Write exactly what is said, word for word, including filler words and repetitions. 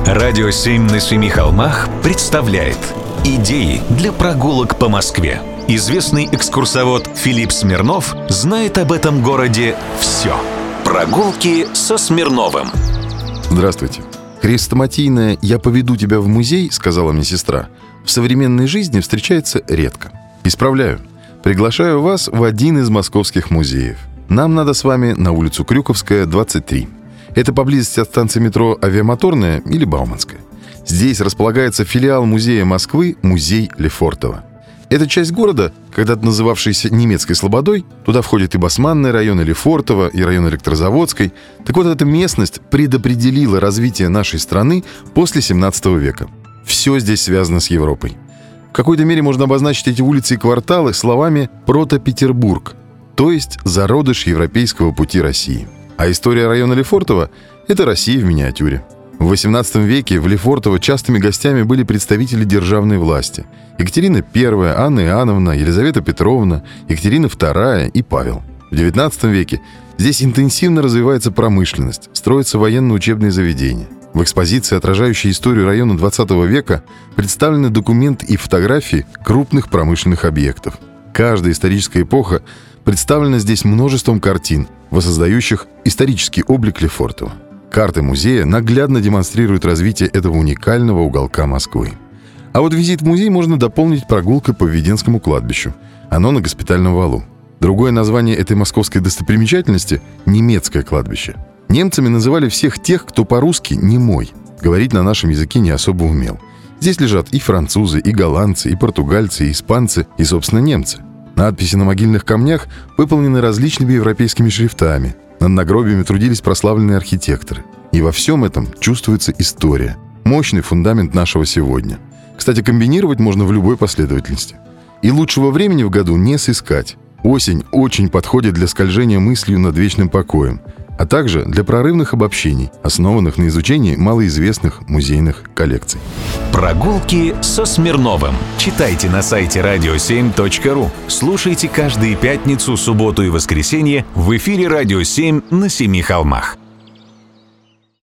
Радио семь на семи холмах представляет идеи для прогулок по Москве. Известный экскурсовод Филипп Смирнов знает об этом городе все. Прогулки со Смирновым. Здравствуйте. Хрестоматийное «я поведу тебя в музей», сказала мне сестра, в современной жизни встречается редко. Исправляю. Приглашаю вас в один из московских музеев. Нам надо с вами на улицу Крюковская, двадцать три. Это поблизости от станции метро Авиамоторная или Бауманская. Здесь располагается филиал музея Москвы, музей Лефортово. Эта часть города, когда-то называвшаяся немецкой Слободой, туда входит и Басманный район, и Лефортово, и район Электрозаводской. Так вот, эта местность предопределила развитие нашей страны после семнадцатого века. Все здесь связано с Европой. В какой-то мере можно обозначить эти улицы и кварталы словами «Прото-Петербург», то есть зародыш европейского пути России. А история района Лефортово – это Россия в миниатюре. В восемнадцатом веке в Лефортово частыми гостями были представители державной власти. Екатерина Первая, Анна Иоанновна, Елизавета Петровна, Екатерина Вторая и Павел. В девятнадцатом веке здесь интенсивно развивается промышленность, строятся военно-учебные заведения. В экспозиции, отражающей историю района двадцатого века, представлены документы и фотографии крупных промышленных объектов. Каждая историческая эпоха представлена здесь множеством картин, воссоздающих исторический облик Лефортово. Карты музея наглядно демонстрируют развитие этого уникального уголка Москвы. А вот визит в музей можно дополнить прогулкой по Введенскому кладбищу. Оно на Госпитальном валу. Другое название этой московской достопримечательности – немецкое кладбище. Немцами называли всех тех, кто по-русски немой, говорить на нашем языке не особо умел. Здесь лежат и французы, и голландцы, и португальцы, и испанцы, и, собственно, немцы. Надписи на могильных камнях выполнены различными европейскими шрифтами. Над надгробиями трудились прославленные архитекторы. И во всем этом чувствуется история. Мощный фундамент нашего сегодня. Кстати, комбинировать можно в любой последовательности. И лучшего времени в году не сыскать. Осень очень подходит для скольжения мыслью над вечным покоем, а также для прорывных обобщений, основанных на изучении малоизвестных музейных коллекций. Прогулки со Смирновым. Читайте на сайте радио семь точка ру. Слушайте каждые пятницу, субботу и воскресенье в эфире «Радио семь» на Семи холмах.